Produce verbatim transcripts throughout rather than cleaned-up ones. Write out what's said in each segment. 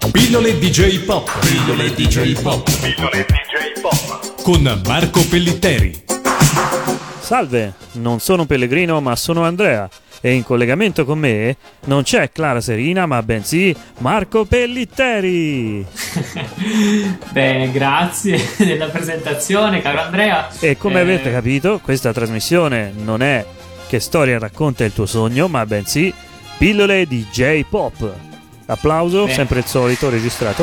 Pillole D J Pop. Pillole D J Pop. Pillole D J Pop. Con Marco Pellitteri. Salve, non sono un pellegrino ma sono Andrea e in collegamento con me non c'è Clara Serina ma bensì Marco Pellitteri. Bene, grazie della presentazione, caro Andrea. E come eh... avete capito, questa trasmissione non è Che storia racconta il tuo sogno, ma bensì Pillole D J Pop. Applauso, Bene. sempre il solito registrato.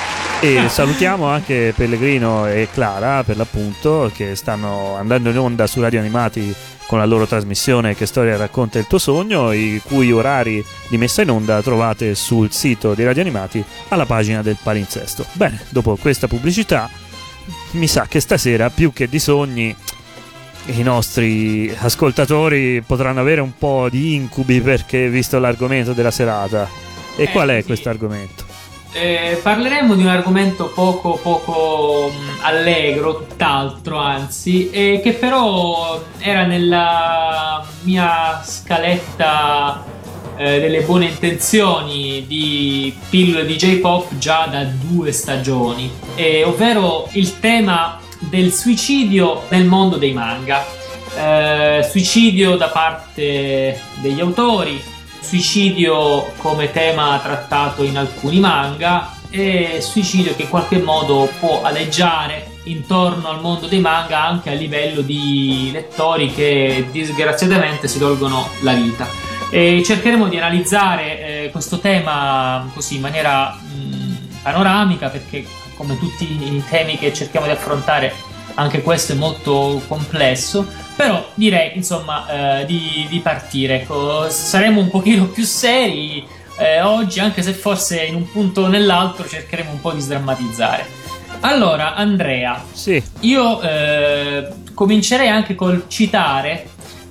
E salutiamo anche Pellegrino e Clara, per l'appunto, che stanno andando in onda su Radio Animati con la loro trasmissione Che storia racconta il tuo sogno, i cui orari di messa in onda trovate sul sito di Radio Animati alla pagina del palinsesto. Bene, dopo questa pubblicità mi sa che stasera più che di sogni i nostri ascoltatori potranno avere un po' di incubi, perché visto l'argomento della serata. E Eh, qual è sì. questo argomento? Eh, parleremo di un argomento poco poco mh, allegro, tutt'altro anzi, e che però era nella mia scaletta eh, delle buone intenzioni di Pillole D J Pop già da due stagioni, eh, ovvero il tema del suicidio nel mondo dei manga. Eh, suicidio da parte degli autori, suicidio come tema trattato in alcuni manga e suicidio che in qualche modo può aleggiare intorno al mondo dei manga anche a livello di lettori che disgraziatamente si tolgono la vita. E cercheremo di analizzare eh, questo tema così in maniera mh, panoramica, perché come tutti i temi che cerchiamo di affrontare anche questo è molto complesso. Però direi insomma eh, di, di partire, ecco, saremo un pochino più seri eh, oggi, anche se forse in un punto o nell'altro cercheremo un po' di sdrammatizzare. Allora Andrea, Sì, io eh, comincerei anche col citare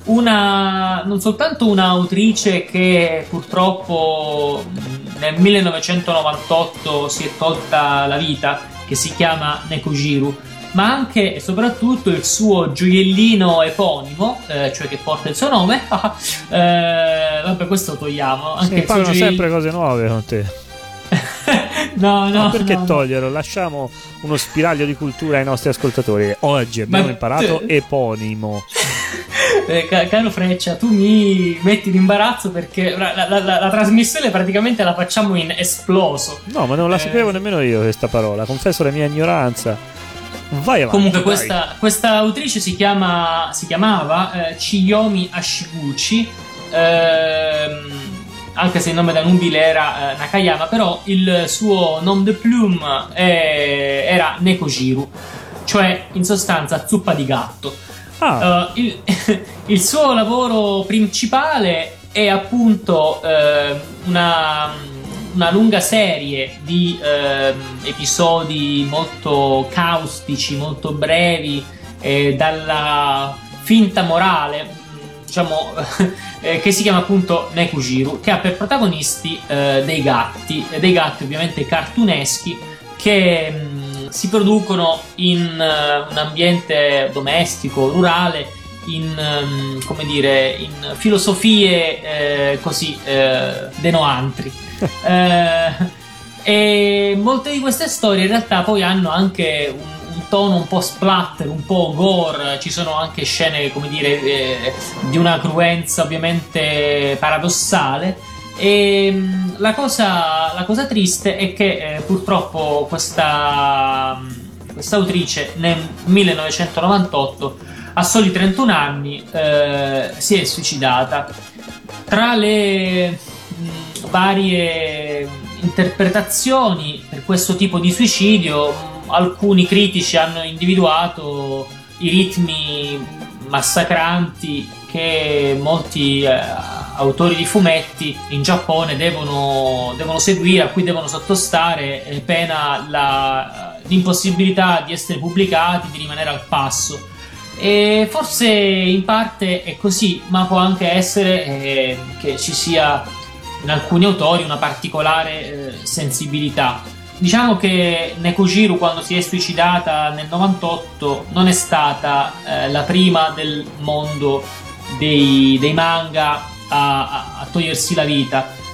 una, non soltanto un'autrice che purtroppo mh, nel millenovecentonovantotto si è tolta la vita, che si chiama Nekojiro, ma anche e soprattutto il suo gioiellino eponimo, eh, cioè che porta il suo nome. eh, vabbè, questo lo togliamo. Anche si il suo imparano gioiell- sempre cose nuove con te. no, no, Ma perché no, no. toglierlo? Lasciamo uno spiraglio di cultura ai nostri ascoltatori. Oggi abbiamo Ma- imparato eponimo. Eh, ca- caro Freccia, tu mi metti in imbarazzo perché la, la- la- la trasmissione praticamente la facciamo in esploso. No, ma non la Eh. sapevo nemmeno io questa parola. Confesso la mia ignoranza. Vai avanti. Comunque vai. questa, questa autrice si chiama si chiamava eh, Chiyomi Hashiguchi, ehm, anche se il nome da nubile era eh, Nakayama, però il suo nom de plume eh, era Nekojiro, cioè in sostanza zuppa di gatto. Ah, Uh, il, il suo lavoro principale è appunto eh, una, una lunga serie di eh, episodi molto caustici, molto brevi, eh, dalla finta morale, diciamo, eh, che si chiama appunto Nekojiro, che ha per protagonisti eh, dei gatti, dei gatti ovviamente cartuneschi che mh, si producono in uh, un ambiente domestico, rurale, in, um, come dire, in filosofie eh, così eh, denoantri. eh, e molte di queste storie in realtà poi hanno anche un, un tono un po' splatter, un po' gore, ci sono anche scene, come dire, eh, di una cruenza ovviamente paradossale. E mh, la cosa, la cosa triste è che eh, purtroppo questa, questa autrice nel millenovecentonovantotto, a soli trentuno anni, eh, si è suicidata. Tra le mh, varie interpretazioni per questo tipo di suicidio, mh, alcuni critici hanno individuato i ritmi massacranti che molti eh, autori di fumetti in Giappone devono, devono seguire, a cui devono sottostare, eh, pena la, l'impossibilità di essere pubblicati, di rimanere al passo. E forse in parte è così, ma può anche essere eh, che ci sia in alcuni autori una particolare eh, sensibilità. Diciamo che Nekojiro, quando si è suicidata nel novantotto, non è stata eh, la prima del mondo dei, dei manga a, a, a togliersi la vita.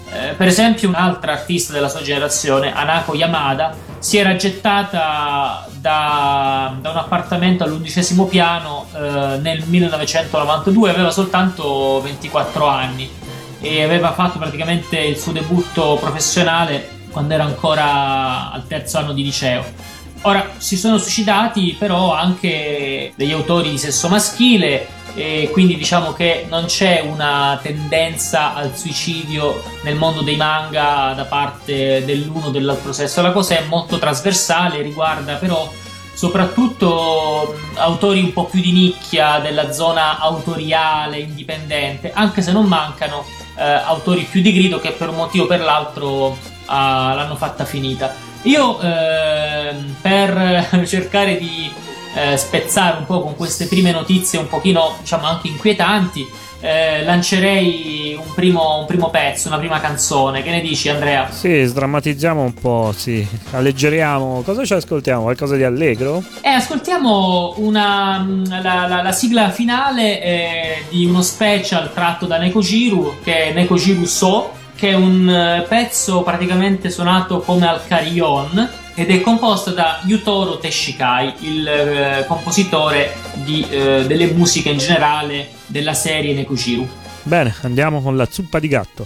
Eh, per esempio, un'altra artista della sua generazione, Hanako Yamada, si era gettata da, da un appartamento all'undicesimo piano eh, nel millenovecentonovantadue, aveva soltanto ventiquattro anni e aveva fatto praticamente il suo debutto professionale quando era ancora al terzo anno di liceo. Ora, si sono suicidati però anche degli autori di sesso maschile, e quindi diciamo che non c'è una tendenza al suicidio nel mondo dei manga da parte dell'uno o dell'altro sesso. La cosa è molto trasversale, riguarda però soprattutto autori un po' più di nicchia, della zona autoriale, indipendente, anche se non mancano eh, autori più di grido che per un motivo o per l'altro ah, l'hanno fatta finita. Io eh, per cercare di eh, spezzare un po' con queste prime notizie un pochino, diciamo, anche inquietanti, eh, lancerei un primo, un primo pezzo, una prima canzone. Che ne dici, Andrea? Sì, sdrammatizziamo un po', sì, alleggeriamo. Cosa ci ascoltiamo? Qualcosa di allegro? Eh, ascoltiamo una, la, la, la sigla finale eh, di uno special tratto da Nekojiru, che è Nekojiru So, che è un pezzo praticamente suonato come al carillon ed è composto da Yutoro Teshikai, il eh, compositore di, eh, delle musiche in generale della serie Nekojiru. Bene, andiamo con la zuppa di gatto.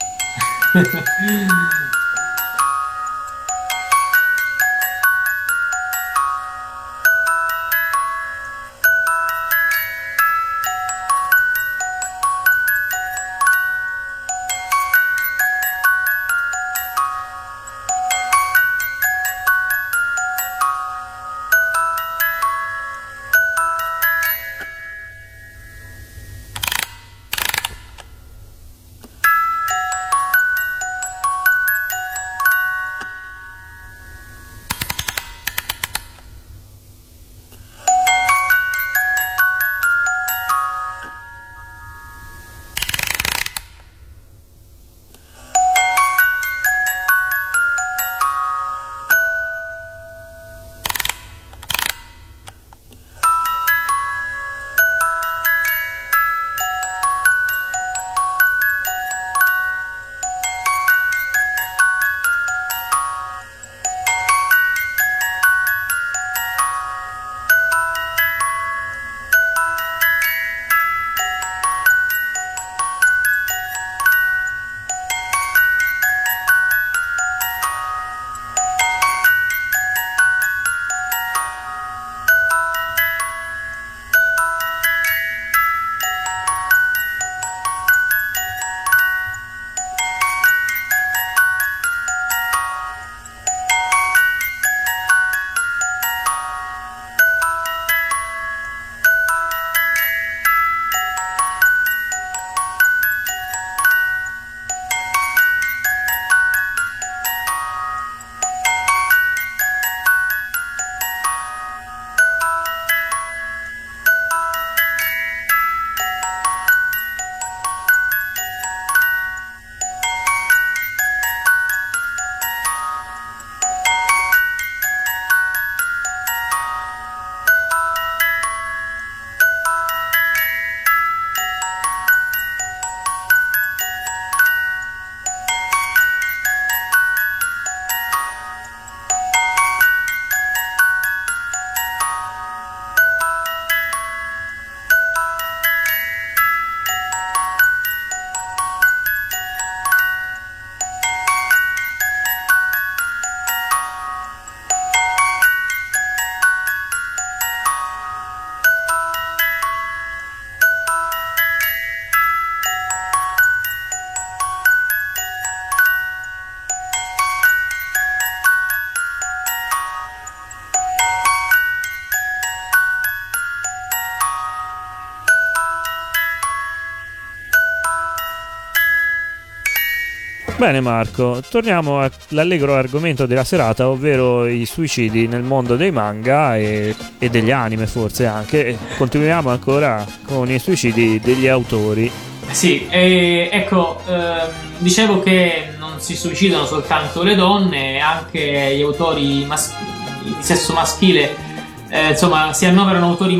Bene Marco, torniamo all'allegro argomento della serata, ovvero i suicidi nel mondo dei manga e, e degli anime forse anche. E continuiamo ancora con i suicidi degli autori. Sì, eh, ecco, ehm, dicevo che non si suicidano soltanto le donne, anche gli autori mas- di sesso maschile, eh, insomma, si annoverano autori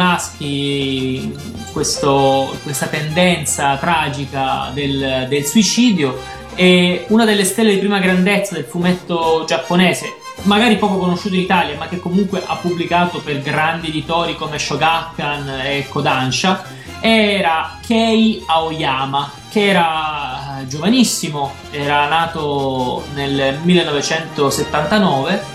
maschi questo, questa tendenza tragica del, del suicidio. è una delle stelle di prima grandezza del fumetto giapponese, magari poco conosciuto in Italia, ma che comunque ha pubblicato per grandi editori come Shogakukan e Kodansha, era Kei Aoyama, che era giovanissimo, era nato nel millenovecentosettantanove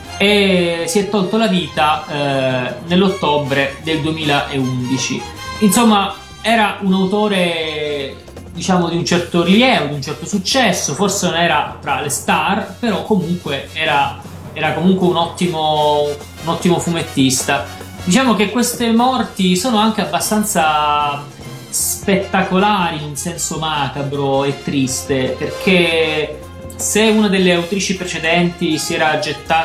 e si è tolto la vita eh, nell'ottobre del duemilaundici. Insomma, era un autore, diciamo, di un certo rilievo, di un certo successo, forse non era tra le star, però comunque era, era comunque un ottimo, un ottimo fumettista. Diciamo che queste morti sono anche abbastanza spettacolari in senso macabro e triste, perché se una delle autrici precedenti si era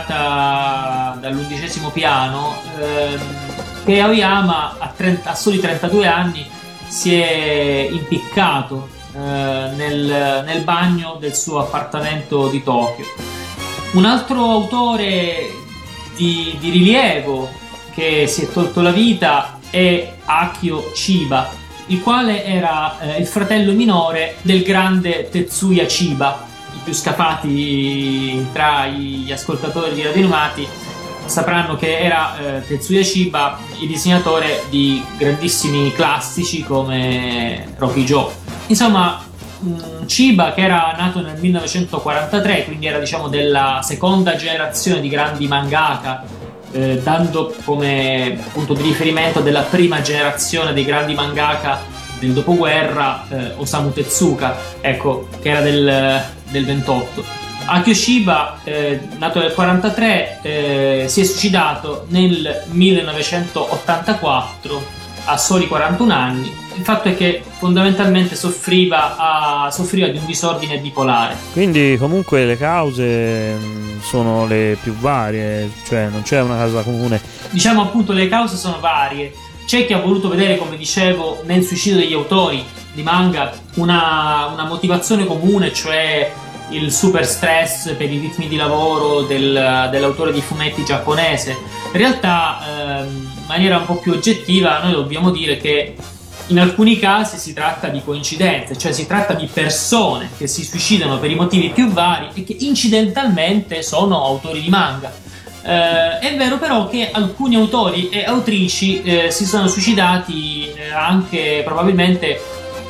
gettata dall'undicesimo piano, ehm, che Aoyama a, trenta, a soli trentadue anni si è impiccato eh, nel, nel bagno del suo appartamento di Tokyo. Un altro autore di, di rilievo che si è tolto la vita è Akio Chiba, il quale era eh, il fratello minore del grande Tetsuya Chiba. I più scafati tra gli ascoltatori di Radio Animati sapranno che era eh, Tetsuya Chiba il disegnatore di grandissimi classici come Rocky Joe. Insomma, mh, Chiba, che era nato nel millenovecentoquarantatré, quindi era, diciamo, della seconda generazione di grandi mangaka, eh, dando come punto di riferimento della prima generazione dei grandi mangaka del dopoguerra, eh, Osamu Tezuka, ecco, che era del, del ventotto. Akio Chiba, eh, nato nel quarantatré, eh, si è suicidato nel millenovecentottantaquattro a soli quarantuno anni. Il fatto è che fondamentalmente soffriva, a, soffriva di un disordine bipolare. Quindi comunque le cause mh, sono le più varie, cioè non c'è una causa comune. Diciamo, appunto, le cause sono varie. C'è chi ha voluto vedere, come dicevo, nel suicidio degli autori di manga una, una motivazione comune, cioè il super stress per i ritmi di lavoro del, dell'autore di fumetti giapponese. In realtà, ehm, in maniera un po' più oggettiva, noi dobbiamo dire che in alcuni casi si tratta di coincidenze, cioè si tratta di persone che si suicidano per i motivi più vari e che incidentalmente sono autori di manga. Eh, è vero però che alcuni autori e autrici eh, si sono suicidati eh, anche probabilmente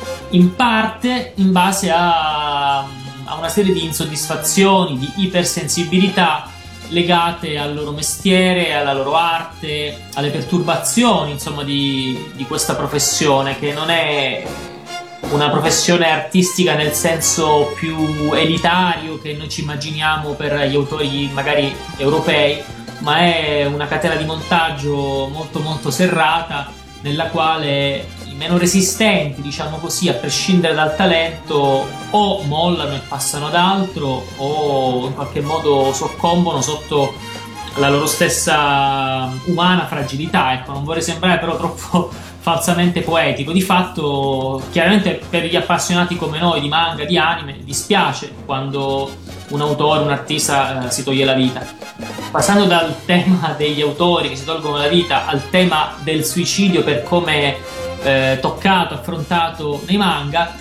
in parte in base a, a una serie di insoddisfazioni, di ipersensibilità legate al loro mestiere, alla loro arte, alle perturbazioni, insomma, di, di questa professione, che non è una professione artistica nel senso più elitario che noi ci immaginiamo per gli autori magari europei, ma è una catena di montaggio molto molto serrata, nella quale i meno resistenti, diciamo così, a prescindere dal talento, o mollano e passano ad altro, o in qualche modo soccombono sotto la loro stessa umana fragilità. Ecco, non vorrei sembrare però troppo falsamente poetico. Di fatto, chiaramente, per gli appassionati come noi di manga, di anime, dispiace quando un autore, un artista eh, si toglie la vita. Passando dal tema degli autori che si tolgono la vita al tema del suicidio per come eh, toccato, affrontato nei manga,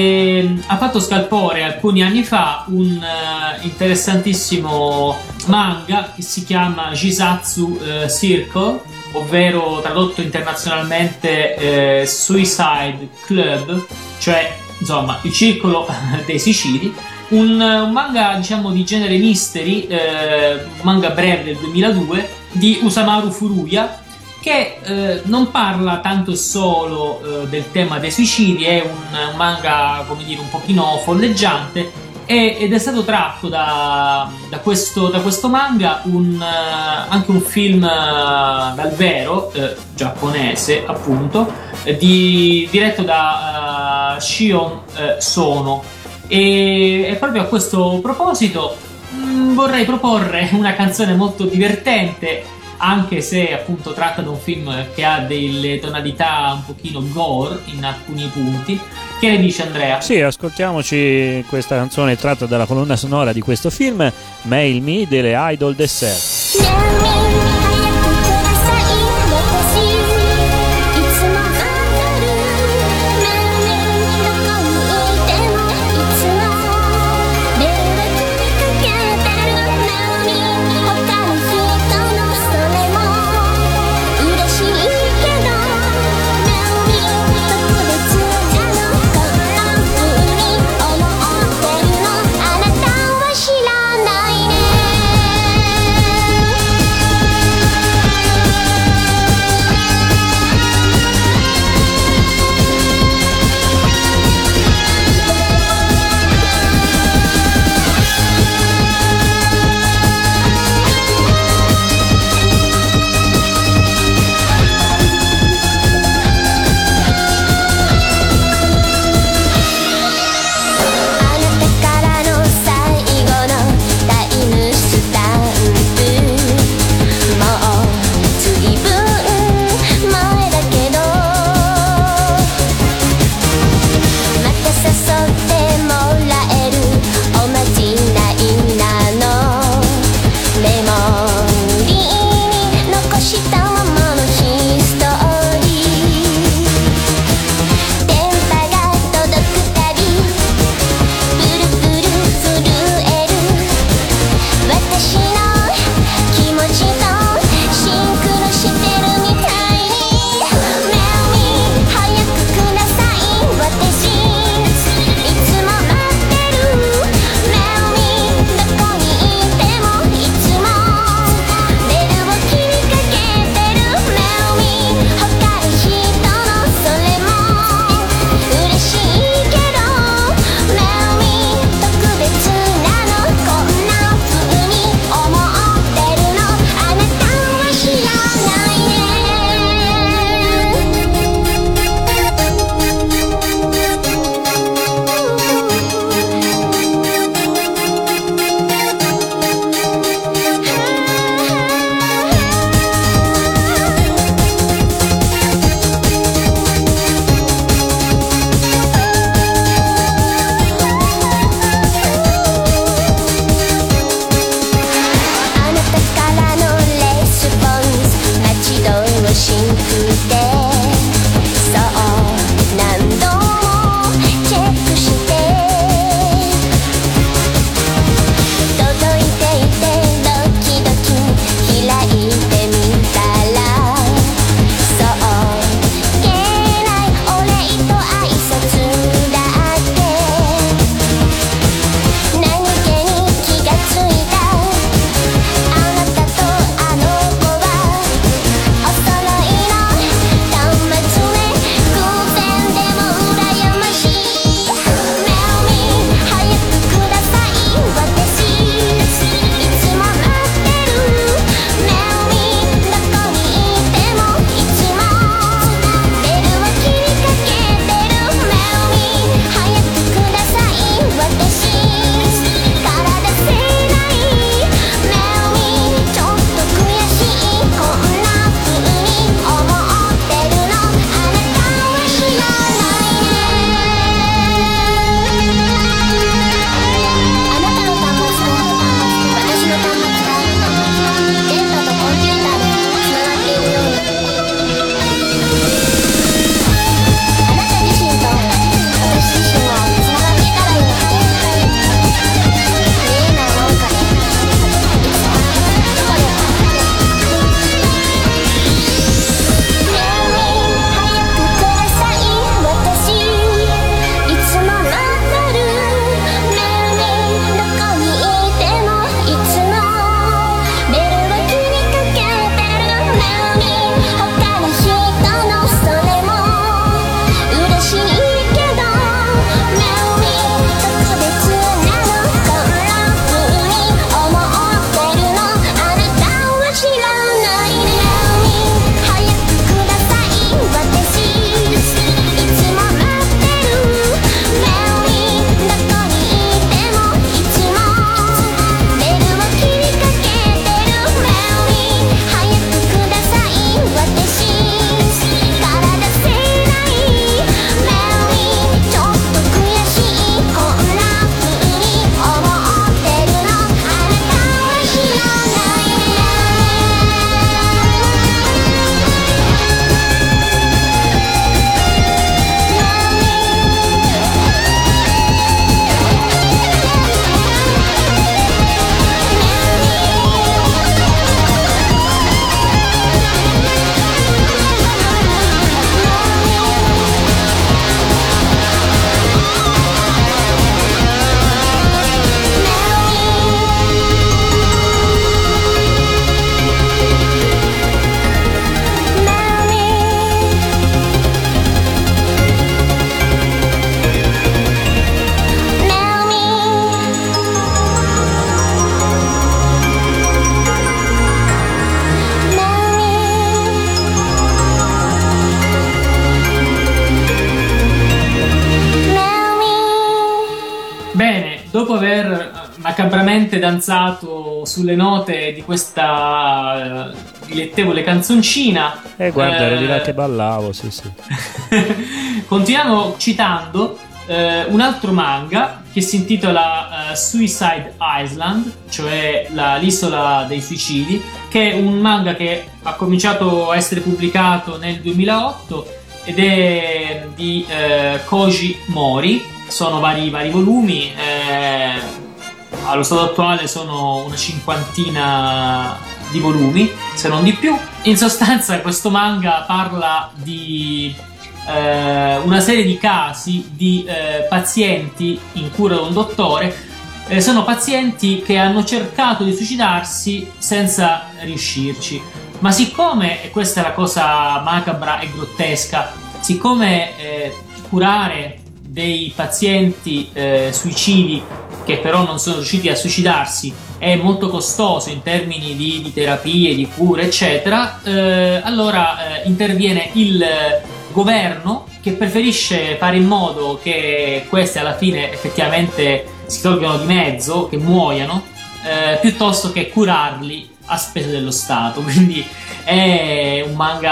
e ha fatto scalpore alcuni anni fa un uh, interessantissimo manga che si chiama Jisatsu uh, Circle, ovvero tradotto internazionalmente eh, Suicide Club, cioè insomma il circolo dei suicidi. Un, un manga, diciamo, di genere mystery, eh, un manga breve del duemiladue di Usamaru Furuya, che eh, non parla tanto e solo eh, del tema dei suicidi. È un, un manga, come dire, un pochino folleggiante, e, ed è stato tratto da, da, questo, da questo manga un, uh, anche un film uh, dal vero, eh, giapponese appunto, eh, di, diretto da uh, Shion uh, Sono. E, e proprio a questo proposito mh, vorrei proporre una canzone molto divertente, anche se appunto tratta da un film che ha delle tonalità un pochino gore in alcuni punti. Che ne dice, Andrea? Sì, ascoltiamoci questa canzone tratta dalla colonna sonora di questo film, Mail Me delle Idol Dessert. aver macabramente danzato sulle note di questa uh, dilettevole canzoncina, eh guarda, ero eh, di là che ballavo, sì sì. continuiamo citando eh, un altro manga che si intitola uh, Suicide Island, cioè la, l'isola dei suicidi, che è un manga che ha cominciato a essere pubblicato nel duemilaotto ed è di eh, Koji Mori. Sono vari, vari volumi, eh, allo stato attuale sono una cinquantina di volumi, se non di più. In sostanza questo manga parla di eh, una serie di casi di eh, pazienti in cura da un dottore. Eh, sono pazienti che hanno cercato di suicidarsi senza riuscirci, ma siccome, e questa è la cosa macabra e grottesca, siccome eh, curare dei pazienti eh, suicidi che però non sono riusciti a suicidarsi è molto costoso in termini di, di terapie, di cure, eccetera, eh, allora eh, interviene il governo che preferisce fare in modo che questi alla fine effettivamente si tolgano di mezzo, che muoiano, eh, piuttosto che curarli a spese dello Stato. Quindi è un manga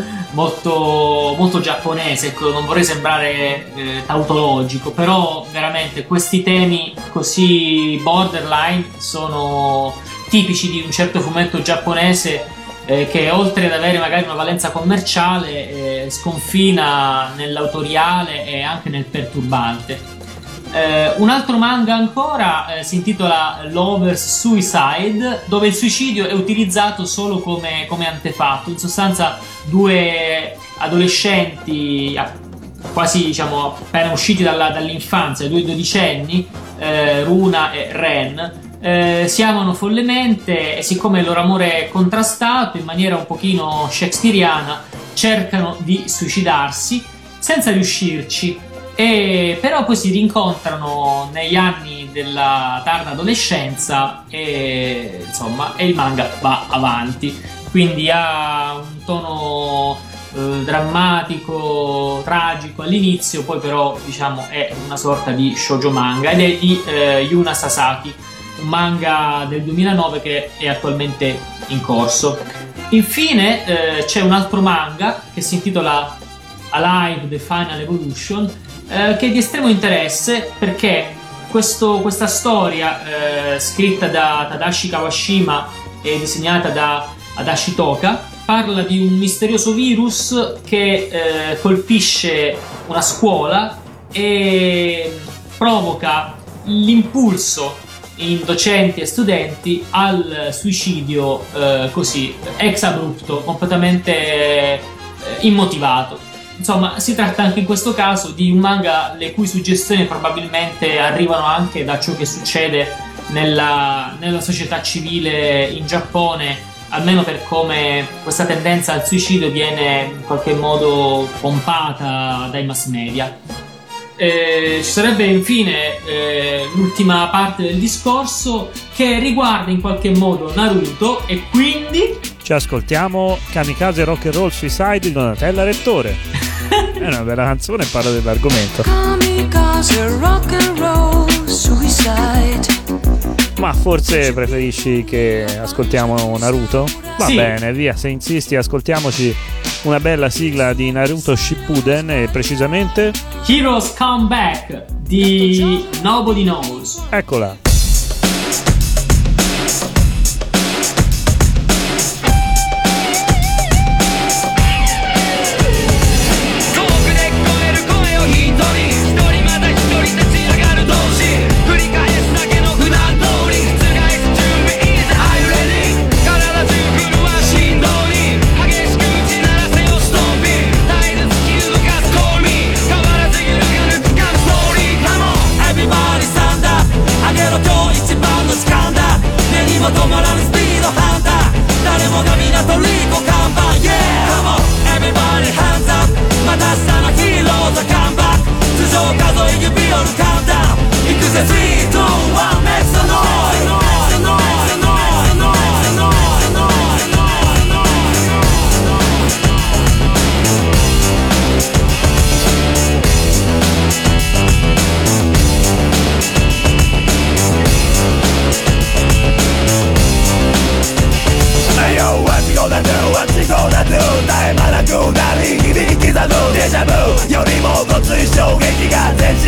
molto, molto giapponese, ecco, non vorrei sembrare eh, tautologico, però veramente questi temi così borderline sono tipici di un certo fumetto giapponese eh, che oltre ad avere magari una valenza commerciale eh, sconfina nell'autoriale e anche nel perturbante. Uh, un altro manga ancora uh, si intitola Lover's Suicide, dove il suicidio è utilizzato solo come, come antefatto. In sostanza due adolescenti quasi, diciamo, appena usciti dalla, dall'infanzia, due dodicenni, uh, Runa e Ren, uh, si amano follemente e siccome il loro amore è contrastato in maniera un pochino shakespeariana cercano di suicidarsi senza riuscirci. E però poi si rincontrano negli anni della tarda adolescenza e insomma e il manga va avanti, quindi ha un tono eh, drammatico, tragico all'inizio, poi però diciamo è una sorta di shoujo manga ed è di eh, Yuna Sasaki, un manga del duemilanove che è attualmente in corso. Infine eh, c'è un altro manga che si intitola Alive The Final Evolution, Eh, che è di estremo interesse perché questo, questa storia eh, scritta da Tadashi Kawashima e disegnata da Adachi Toka parla di un misterioso virus che eh, colpisce una scuola e provoca l'impulso in docenti e studenti al suicidio eh, così ex abrupto, completamente eh, immotivato. Insomma, si tratta anche in questo caso di un manga le cui suggestioni probabilmente arrivano anche da ciò che succede nella, nella società civile in Giappone, almeno per come questa tendenza al suicidio viene in qualche modo pompata dai mass media. Eh, ci sarebbe infine eh, l'ultima parte del discorso che riguarda in qualche modo Naruto, e quindi ci ascoltiamo Kamikaze Rock and Roll Suicide di Donatella Rettore. È una bella canzone e parla dell'argomento. Kamikaze Rock and Roll Suicide. Ma forse preferisci che ascoltiamo Naruto? Va sì. Bene, via, se insisti ascoltiamoci una bella sigla di Naruto Shippuden e precisamente Heroes Come Back di Nobody Knows. Eccola. 「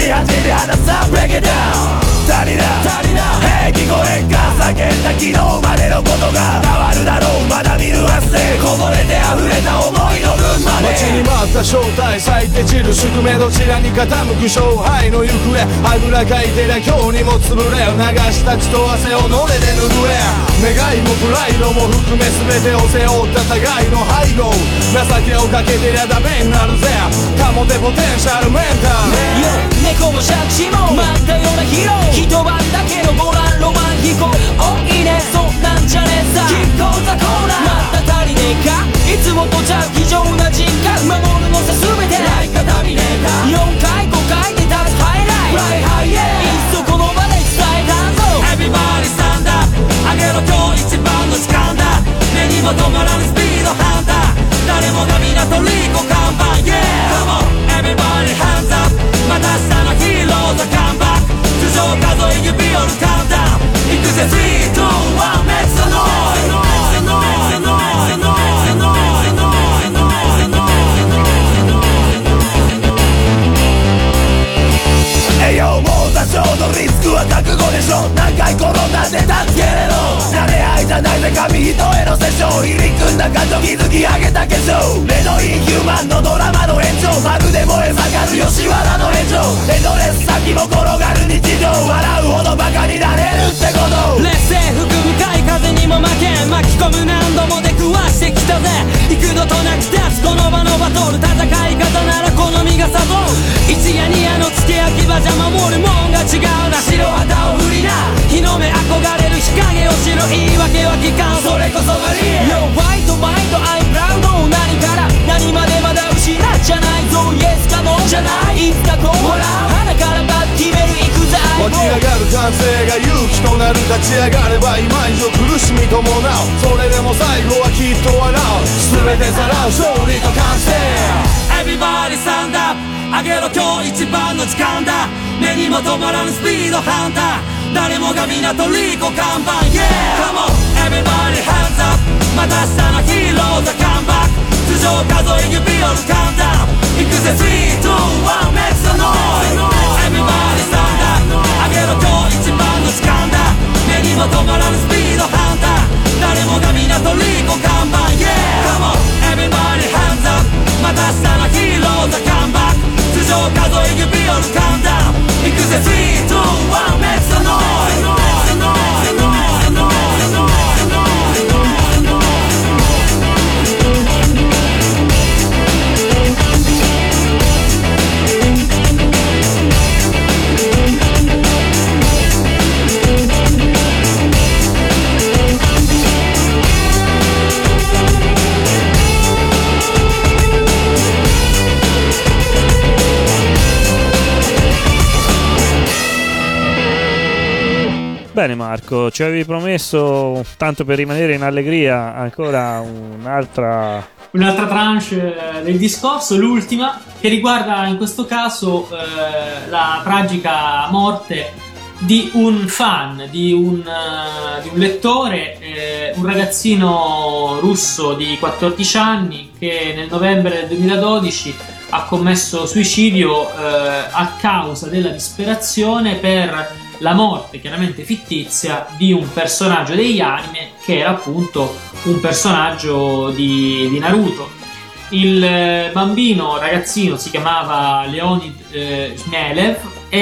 じはちで話さ Break it down 足りな足りな Hey 聞こえんか叫んだ昨日までのことが変わるだろうまだ見ぬ明日でこぼれて溢れた思いの分まで待ちに待った正体咲いて散る宿命どちらに傾く勝敗の行方あぐらかいてりゃ今日にも潰れ流した血と汗をのれで拭え願いもプライドも含め全てを背負った互いの背後情けをかけてりゃダメになるぜ保てポテンシャルメンタル猫もシャチも待ったようなヒーロー一晩だけのご覧ロマン飛行おいいねそんなんじゃねえさキッコーザコーナーまた足りねえかいつもとちゃう非常な人格守るのさ全てライカタミネーターよんかいごかいで立つハイライトフライハイエーいっそこの場で伝えたんぞ Everybody stand up 上げろ今日一番の時間だ目にも止まらぬスピードハンター誰もが港リコ看板 Yeah Come on Everybody hands up また明日のヒーローズカムバック頭上数え指折るカウンダウンいくぜスリー、ツー、ワン Make some noise栄養も多少のリスクは覚悟でしょ何回転んだって立つけれど慣れ合いじゃないぜ紙一重のセッション入り組んだ感情築き上げた化粧レドインヒューマンのドラマの延長まるで燃え盛る吉原の炎上エンドレス先も転がる日常笑うほどバカになれるってこと劣勢吹く向かい風にも負けん巻き込む何度も出くわしてきたぜ幾度となく立つこの場のバトル戦い方なら好みがさぞ一夜二夜の付け焼き場じゃ守るもんが違うな白旗を振りな日の目憧れる日陰を知る言い訳は聞かんそれこそがリアル Yo white mind I'm proud 何から何までまだ失っちゃないぞ Yes か No じゃないいつかこうほら鼻からバッ決めるいくぜ湧き上がる歓声が勇気となる立ち上がれば今以上苦しみ伴うそれでも最後はきっと笑う全てさらう勝利と完成 Everybody stand up 上げろ今日一番の時間だ目にも止まらぬスピードハンター誰もが港リコ看板 Yeah Come on Everybody hands up また明日のヒーローズカムバック頭上数え指折るカウンダウンいくぜスリー、ツー、ワン Make some noise Everybody stand up 上げろ今日一番の時間だ目にも止まらぬスピードハンター誰もが港リコ看板 Yeah Come on Everybody hands up また明日のヒーローズカムバック頭上数え指折るカウンダウンいくぜスリー、ツー、ワン Make some noise Bene Marco, ci avevi promesso, tanto per rimanere in allegria, ancora un'altra... Un'altra tranche del discorso, l'ultima, che riguarda in questo caso eh, la tragica morte di un fan, di un, uh, di un lettore, eh, un ragazzino russo di quattordici anni che nel novembre del duemiladodici ha commesso suicidio eh, a causa della disperazione per la morte chiaramente fittizia di un personaggio degli anime che era appunto un personaggio di, di Naruto. Il bambino ragazzino si chiamava Leonid eh, Shmelev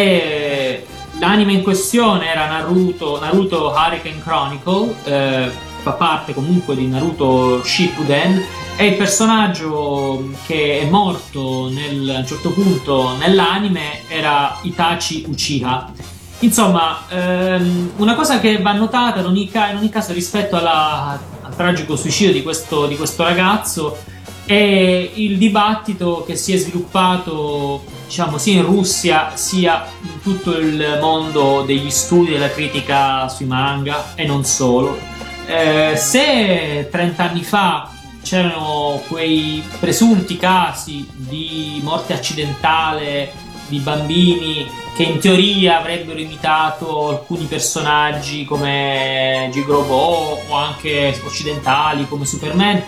e l'anime in questione era Naruto, Naruto Hurricane Chronicle, eh, fa parte comunque di Naruto Shippuden, e il personaggio che è morto nel, a un certo punto nell'anime era Itachi Uchiha. Insomma, ehm, una cosa che va notata in ogni, ca- in ogni caso rispetto alla, al tragico suicidio di questo, di questo ragazzo è il dibattito che si è sviluppato, diciamo, sia in Russia sia in tutto il mondo degli studi e della critica sui manga e non solo. Eh, se trenta anni fa c'erano quei presunti casi di morte accidentale di bambini che in teoria avrebbero imitato alcuni personaggi come Gigrobot o anche occidentali come Superman,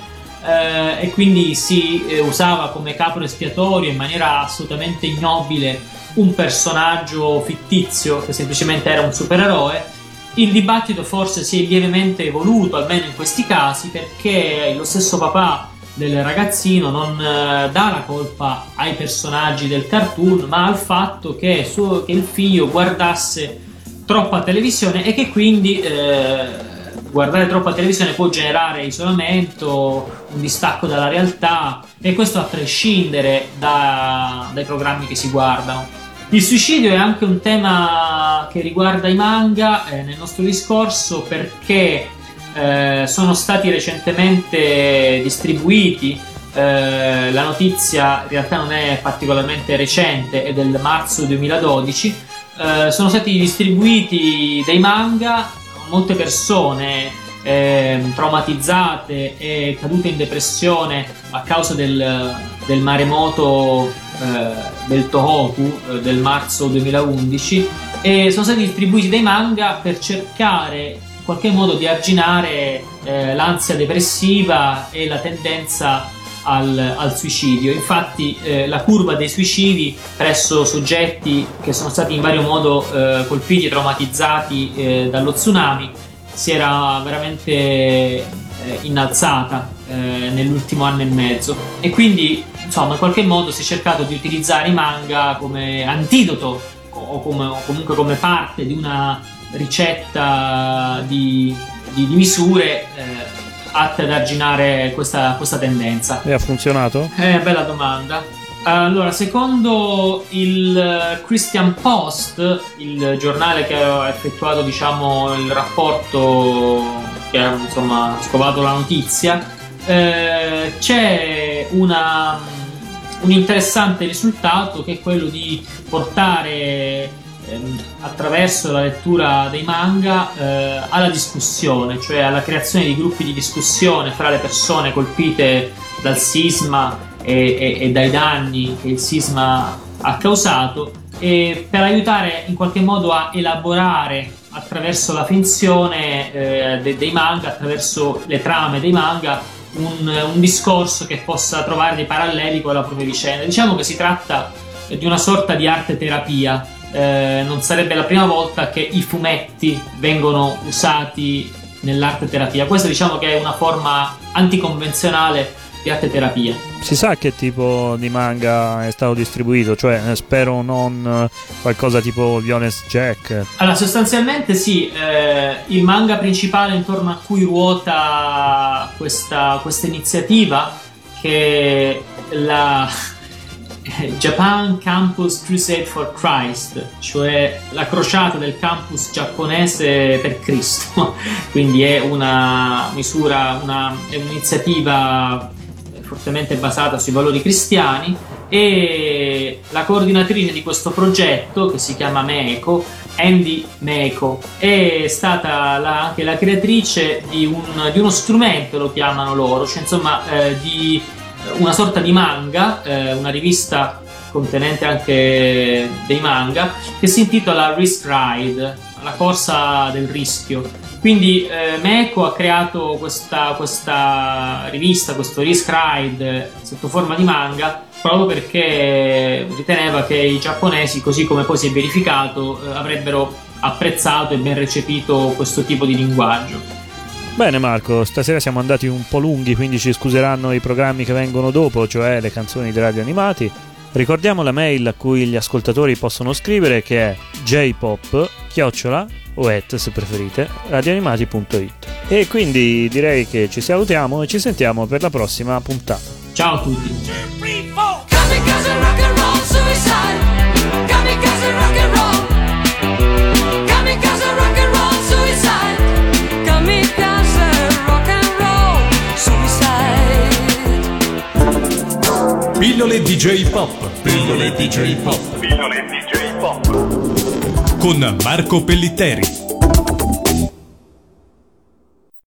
eh, e quindi si eh, usava come capro espiatorio in maniera assolutamente ignobile un personaggio fittizio che semplicemente era un supereroe. Il dibattito forse si è lievemente evoluto, almeno in questi casi, perché lo stesso papà del ragazzino non eh, dà la colpa ai personaggi del cartoon, ma al fatto che, suo, che il figlio guardasse troppa televisione e che quindi eh, guardare troppa televisione può generare isolamento, un distacco dalla realtà, e questo a prescindere da, dai programmi che si guardano. Il suicidio è anche un tema che riguarda i manga eh, nel nostro discorso, perché eh, sono stati recentemente distribuiti, eh, la notizia in realtà non è particolarmente recente, è del marzo duemiladodici, eh, sono stati distribuiti dei manga. Molte persone eh, traumatizzate e cadute in depressione a causa del, del maremoto eh, del Tohoku eh, del marzo duemilaundici, e sono stati distribuiti dei manga per cercare in qualche modo di arginare eh, l'ansia depressiva e la tendenza al, al suicidio. Infatti eh, la curva dei suicidi presso soggetti che sono stati in vario modo eh, colpiti e traumatizzati eh, dallo tsunami si era veramente eh, innalzata eh, nell'ultimo anno e mezzo, e quindi insomma in qualche modo si è cercato di utilizzare i manga come antidoto o, come, o comunque come parte di una ricetta di, di, di misure eh, atte ad arginare questa, questa tendenza. E ha funzionato? Eh, bella domanda. Allora, secondo il Christian Post, il giornale che ha effettuato, diciamo, il rapporto che ha, insomma, scovato la notizia, eh, c'è una, un interessante risultato, che è quello di portare attraverso la lettura dei manga eh, alla discussione, cioè alla creazione di gruppi di discussione fra le persone colpite dal sisma e, e, e dai danni che il sisma ha causato, e per aiutare in qualche modo a elaborare attraverso la finzione eh, de, dei manga, attraverso le trame dei manga, un, un discorso che possa trovare dei paralleli con la propria vicenda. Diciamo che si tratta di una sorta di arte terapia. Eh, non sarebbe la prima volta che i fumetti vengono usati nell'arte terapia. Questa, diciamo, che è una forma anticonvenzionale di arte terapia. Si sa che tipo di manga è stato distribuito? Cioè, spero non qualcosa tipo Violence Jack. Allora, sostanzialmente sì, eh, il manga principale intorno a cui ruota questa, questa iniziativa, che è la Japan Campus Crusade for Christ, cioè la crociata del campus giapponese per Cristo. Quindi è una misura, una, è un'iniziativa fortemente basata sui valori cristiani, e la coordinatrice di questo progetto, che si chiama Meiko, Andy Meiko, è stata la, anche la creatrice di, un, di uno strumento, lo chiamano loro, cioè insomma eh, di una sorta di manga, eh, una rivista contenente anche dei manga, che si intitola Risk Ride, la corsa del rischio. Quindi eh, Meiko ha creato questa, questa rivista, questo Risk Ride sotto forma di manga, proprio perché riteneva che i giapponesi, così come poi si è verificato, eh, avrebbero apprezzato e ben recepito questo tipo di linguaggio. Bene Marco, stasera siamo andati un po' lunghi, quindi ci scuseranno i programmi che vengono dopo, cioè le canzoni dei radio animati. Ricordiamo la mail a cui gli ascoltatori possono scrivere, che è jpop chiocciola o at, se preferite, radioanimati punto it. E quindi direi che ci salutiamo e ci sentiamo per la prossima puntata. Ciao a tutti. Pillole D J Pop. Pillole D J Pop. Pillole D J Pop. Con Marco Pellitteri.